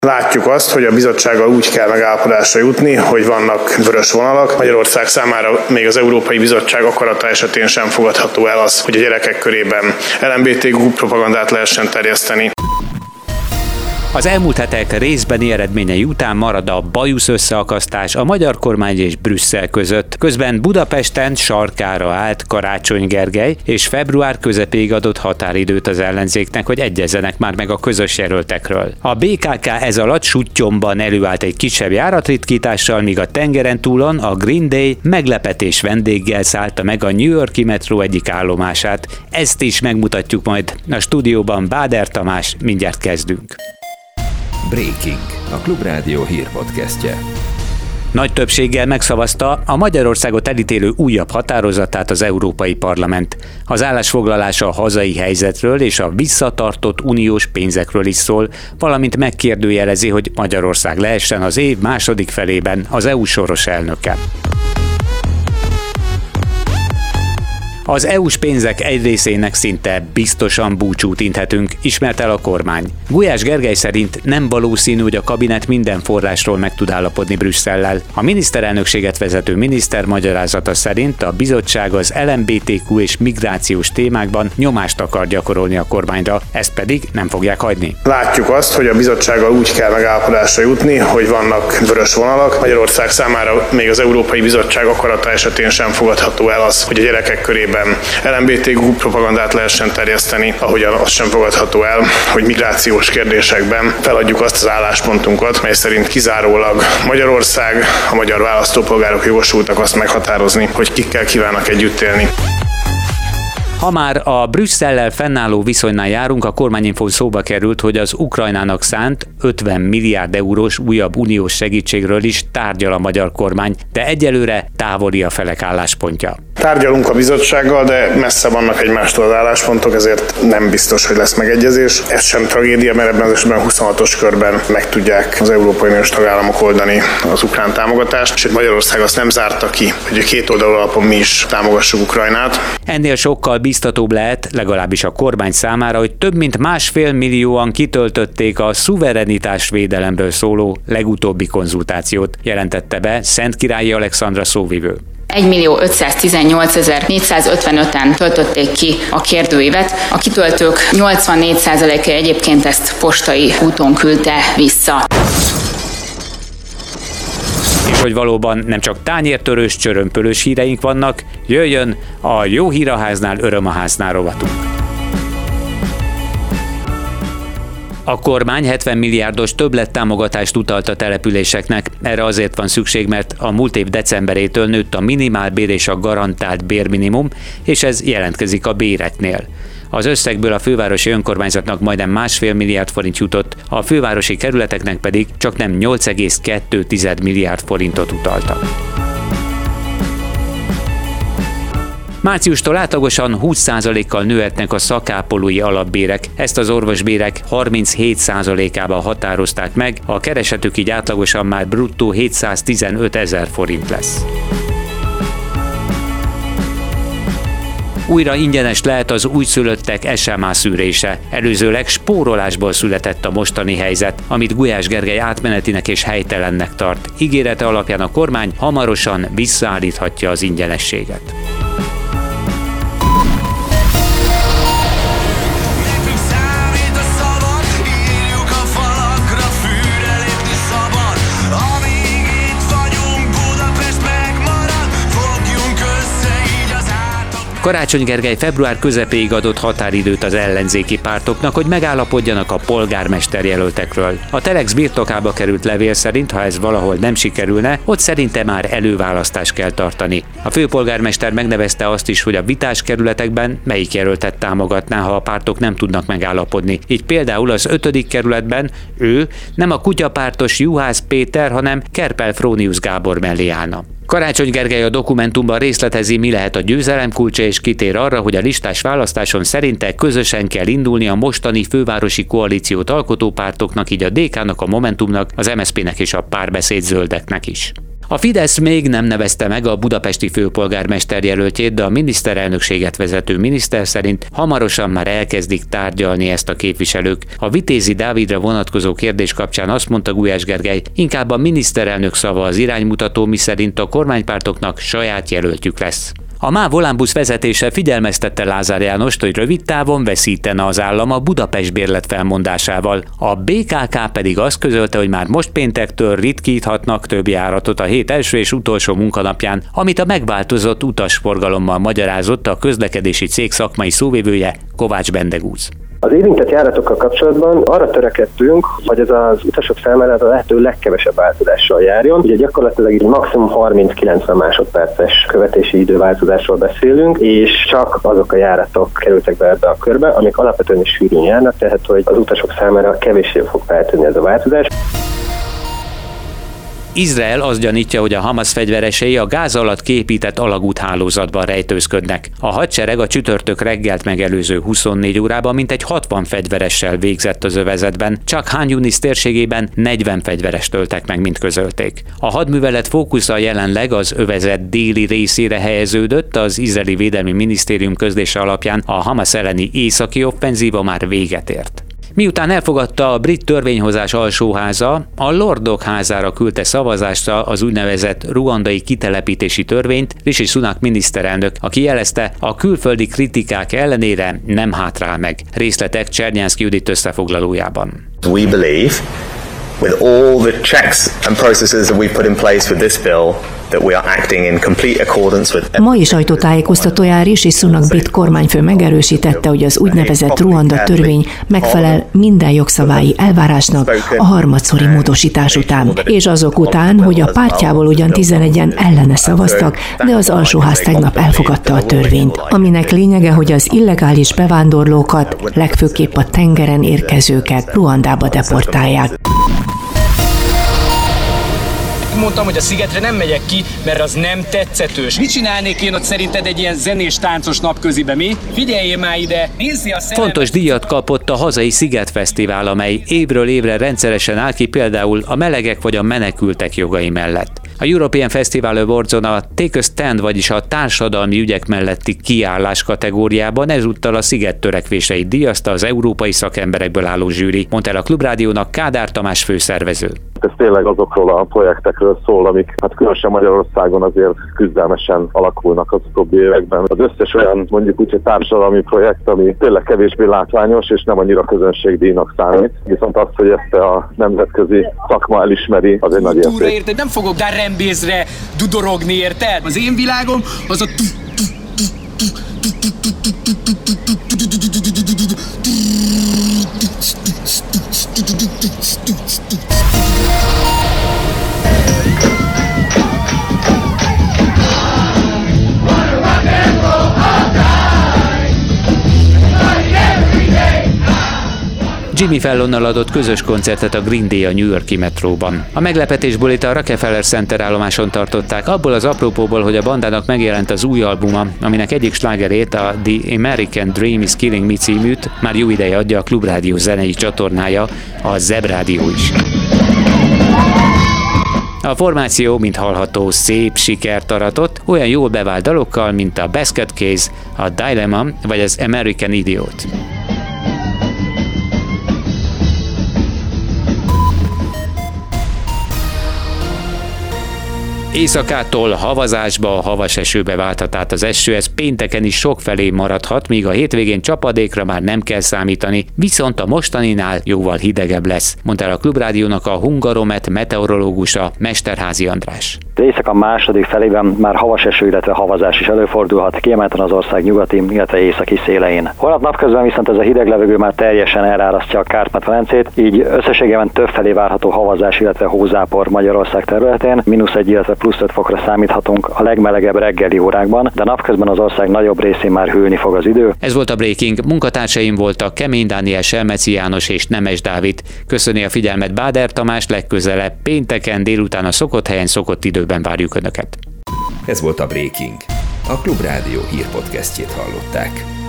Látjuk azt, hogy a bizottsággal úgy kell megállapodásra jutni, hogy vannak vörös vonalak. Magyarország számára még az Európai Bizottság akarata esetén sem fogadható el az, hogy a gyerekek körében LMBTQ propagandát lehessen terjeszteni. Az elmúlt hetek részbeni eredményei után marad a bajusz összeakasztás a magyar kormány és Brüsszel között. Közben Budapesten sarkára állt Karácsony Gergely, és február közepéig adott határidőt az ellenzéknek, hogy egyezzenek már meg a közös jelöltekről. A BKK ez alatt Suttyomban előállt egy kisebb járatritkítással, míg a tengeren túlon a Green Day meglepetés vendéggel szállta meg a New York-i metró egyik állomását. Ezt is megmutatjuk majd a stúdióban. Báder Tamás, mindjárt kezdünk. Breaking, a Klubrádió hírpodcastje. Nagy többséggel megszavazta a Magyarországot elítélő újabb határozatát az Európai Parlament. Az állásfoglalása a hazai helyzetről és a visszatartott uniós pénzekről is szól, valamint megkérdőjelezi, hogy Magyarország lehessen az év második felében az EU soros elnöke. Az EU-s pénzek egy részének szinte biztosan búcsút inthetünk, ismert el a kormány. Gulyás Gergely szerint nem valószínű, hogy a kabinet minden forrásról meg tud állapodni Brüsszellel. A miniszterelnökséget vezető miniszter magyarázata szerint a bizottság az LMBTQ és migrációs témákban nyomást akar gyakorolni a kormányra, ezt pedig nem fogják hagyni. Látjuk azt, hogy a bizottsággal úgy kell megállapodásra jutni, hogy vannak vörös vonalak. Magyarország számára még az Európai Bizottság akarata esetén sem fogadható el az, hogy a gyerekek körében LMBTQ propagandát lehessen terjeszteni, ahogyan az sem fogadható el, hogy migrációs kérdésekben feladjuk azt az álláspontunkat, mely szerint kizárólag Magyarország, a magyar választópolgárok jogosultak azt meghatározni, hogy kikkel kívánnak együtt élni. Ha már a Brüsszellel fennálló viszonynál járunk, a kormányinfón szóba került, hogy az Ukrajnának szánt 50 milliárd eurós újabb uniós segítségről is tárgyal a magyar kormány, de egyelőre távoli a felek álláspontja. Tárgyalunk a bizottsággal, de messze vannak egymástól az álláspontok, ezért nem biztos, hogy lesz megegyezés. Ez sem tragédia, mert ebben az esetben a 26-os körben meg tudják az Európai Uniós tagállamok oldani az ukrán támogatást, és Magyarország azt nem zárta ki, hogy a két oldalú alapon mi is támogassuk Ukrajnát. Ennél sokkal biztatóbb lehet, legalábbis a kormány számára, hogy több mint 1,5 millióan kitöltötték a szuverenitásvédelemről szóló legutóbbi konzultációt, jelentette be Szentkirályi Alexandra szóvivő. 1.058.455-en töltötték ki a kérdőívet. A kitöltők 84%-a egyébként ezt postai úton küldte vissza. És hogy valóban nem csak tányértörős, csörömpölős híreink vannak, jöjjön a Jó hír a háznál, öröm a háznál rovatunk. A kormány 70 milliárdos többlettámogatást utalt a településeknek. Erre azért van szükség, mert a múlt év decemberétől nőtt a minimálbér és a garantált bérminimum, és ez jelentkezik a béreknél. Az összegből a fővárosi önkormányzatnak majdnem 1,5 milliárd forint jutott, a fővárosi kerületeknek pedig csaknem 8,2 milliárd forintot utaltak. Márciustól átlagosan 20%-kal nőhetnek a szakápolói alapbérek, ezt az orvosbérek 37%-ában határozták meg, a keresetük így átlagosan már bruttó 715 000 forint lesz. Újra ingyenes lehet az újszülöttek SMA szűrése. Előzőleg spórolásból született a mostani helyzet, amit Gulyás Gergely átmenetinek és helytelennek tart. Ígérete alapján a kormány hamarosan visszaállíthatja az ingyenességet. Karácsony Gergely február közepéig adott határidőt az ellenzéki pártoknak, hogy megállapodjanak a polgármester jelöltekről. A Telex birtokába került levél szerint, ha ez valahol nem sikerülne, ott szerinte már előválasztást kell tartani. A főpolgármester megnevezte azt is, hogy a vitás kerületekben melyik jelöltet támogatná, ha a pártok nem tudnak megállapodni. Így például az 5. kerületben ő nem a kutyapártos Juhász Péter, hanem Kerpel Frónius Gábor mellé állna. Karácsony Gergely a dokumentumban részletezi, mi lehet a győzelem kulcsa, és kitér arra, hogy a listás választáson szerinte közösen kell indulni a mostani fővárosi koalíciót alkotó pártoknak, így a DK-nak, a Momentumnak, az MSZP-nek és a Párbeszéd Zöldeknek is. A Fidesz még nem nevezte meg a budapesti főpolgármester jelöltjét, de a miniszterelnökséget vezető miniszter szerint hamarosan már elkezdik tárgyalni ezt a képviselők. A Vitézi Dávidra vonatkozó kérdés kapcsán azt mondta Gulyás Gergely, inkább a miniszterelnök szava az iránymutató, miszerint a kormánypártoknak saját jelöltjük lesz. A MÁV Volánbusz vezetése figyelmeztette Lázár Jánost, hogy rövid távon veszítene az állam a Budapest bérlet felmondásával. A BKK pedig azt közölte, hogy már most péntektől ritkíthatnak több járatot a hét első és utolsó munkanapján, amit a megváltozott utasforgalommal magyarázott a közlekedési cég szakmai szóvivője, Kovács Bendegúz. Az érintett járatokkal kapcsolatban arra törekedtünk, hogy ez az utasok számára a lehető legkevesebb változással járjon. Ugye gyakorlatilag így maximum 30-90 másodperces követési időváltozásról beszélünk, és csak azok a járatok kerültek be ebbe a körbe, amik alapvetően is sűrűn járnak, tehát hogy az utasok számára kevéssé fog feltűnni ez a változás. Izrael azt gyanítja, hogy a Hamas fegyveresei a Gáza alatt kiépített alagúthálózatban rejtőzködnek. A hadsereg a csütörtök reggelt megelőző 24 órában mintegy 60 fegyveressel végzett az övezetben, csak Khan Yunis térségében 40 fegyverest öltek meg, mint közölték. A hadművelet fókusza jelenleg az övezet déli részére helyeződött, az izraeli védelmi minisztérium közlése alapján a Hamas elleni északi offenzíva már véget ért. Miután elfogadta a brit törvényhozás alsóháza, a Lordok házára küldte szavazásra az úgynevezett ruandai kitelepítési törvényt Rishi Sunak miniszterelnök, aki jelezte, a külföldi kritikák ellenére nem hátrál meg. Részletek Csernyánszky Judit összefoglalójában. We believe, with all the checks and processes that we've put in place with this bill, that we are acting in complete accordance with. Mai sajtótájékoztatóján Rishi Sunak brit kormányfő megerősítette, hogy az úgynevezett Ruanda törvény megfelel minden jogszabályi elvárásnak a harmadszori módosítás után, és azok után, hogy a pártjából ugyan 11-en ellene szavaztak, de az alsóház tegnap elfogadta a törvényt, aminek lényege, hogy az illegális bevándorlókat, legfőképp a tengeren érkezőket Ruandába deportálják. Mondtam, hogy a szigetre nem megyek ki, mert az nem tetszetős. Mit csinálnék én ott szerinted egy ilyen zenés táncos napközibe, mi? Figyeljél már ide! Fontos díjat kapott a hazai Szigetfesztivál, amely évről évre rendszeresen áll ki például a melegek vagy a menekültek jogai mellett. A European Festival Awards-on a Take a Stand, vagyis a társadalmi ügyek melletti kiállás kategóriában ezúttal a Sziget törekvéseit díjazta az európai szakemberekből álló zsűri, mondta el a Klubrádiónak Kádár Tamás főszervező. Ez tényleg azokról a projektekről szól, amik különösen Magyarországon azért küzdelmesen alakulnak az utóbbi években. Az összes olyan mondjuk úgy, hogy társadalmi projekt, ami tényleg kevésbé látványos és nem annyira közönségdíjnak számít. Viszont azt, hogy ezt a nemzetközi szakma elismeri, az egy nagy érték. Érted? Nem fogok Darrembézre dudorogni, érted? Az én világom az a Jimmy Fallonnal adott közös koncertet a Green Day a New York-i metróban. A meglepetésból itt a Rockefeller Center állomáson tartották, abból az apropóból, hogy a bandának megjelent az új albuma, aminek egyik slágerét, a The American Dream is Killing Me címűt már jó ideje adja a Klubrádió zenei csatornája, a Zebrádió is. A formáció, mint hallható, szép sikert aratott, olyan jól bevált dalokkal, mint a Basket Case, a Dilemma vagy az American Idiot. Éjszakától havazásba, havas esőbe válthat át az eső, ez pénteken is sokfelé maradhat, míg a hétvégén csapadékra már nem kell számítani, viszont a mostaninál jóval hidegebb lesz, mondta el a Klubrádiónak a Hungaromet meteorológusa, Mesterházy András. Éjszaka második felében már havas eső, illetve havazás is előfordulhat, kiemelten az ország nyugati, illetve északi szélein. Holnap napközben viszont ez a hideg levegő már teljesen elárasztja a Kárpát-medencét, így összességében többfelé várható havazás, illetve hózápor Magyarország területén, -1, illetve +5 fokra számíthatunk a legmelegebb reggeli órákban, de napközben az ország nagyobb részén már hűlni fog az idő. Ez volt a Breaking, munkatársaim voltak Kemény Dániel, Selmeci János és Nemes Dávid. Köszöni a figyelmet Báder Tamás, legközelebb pénteken délután a szokott helyen, szokott időben várjuk Önöket. Ez volt a Breaking. A Klubrádió hírpodcastjét hallották.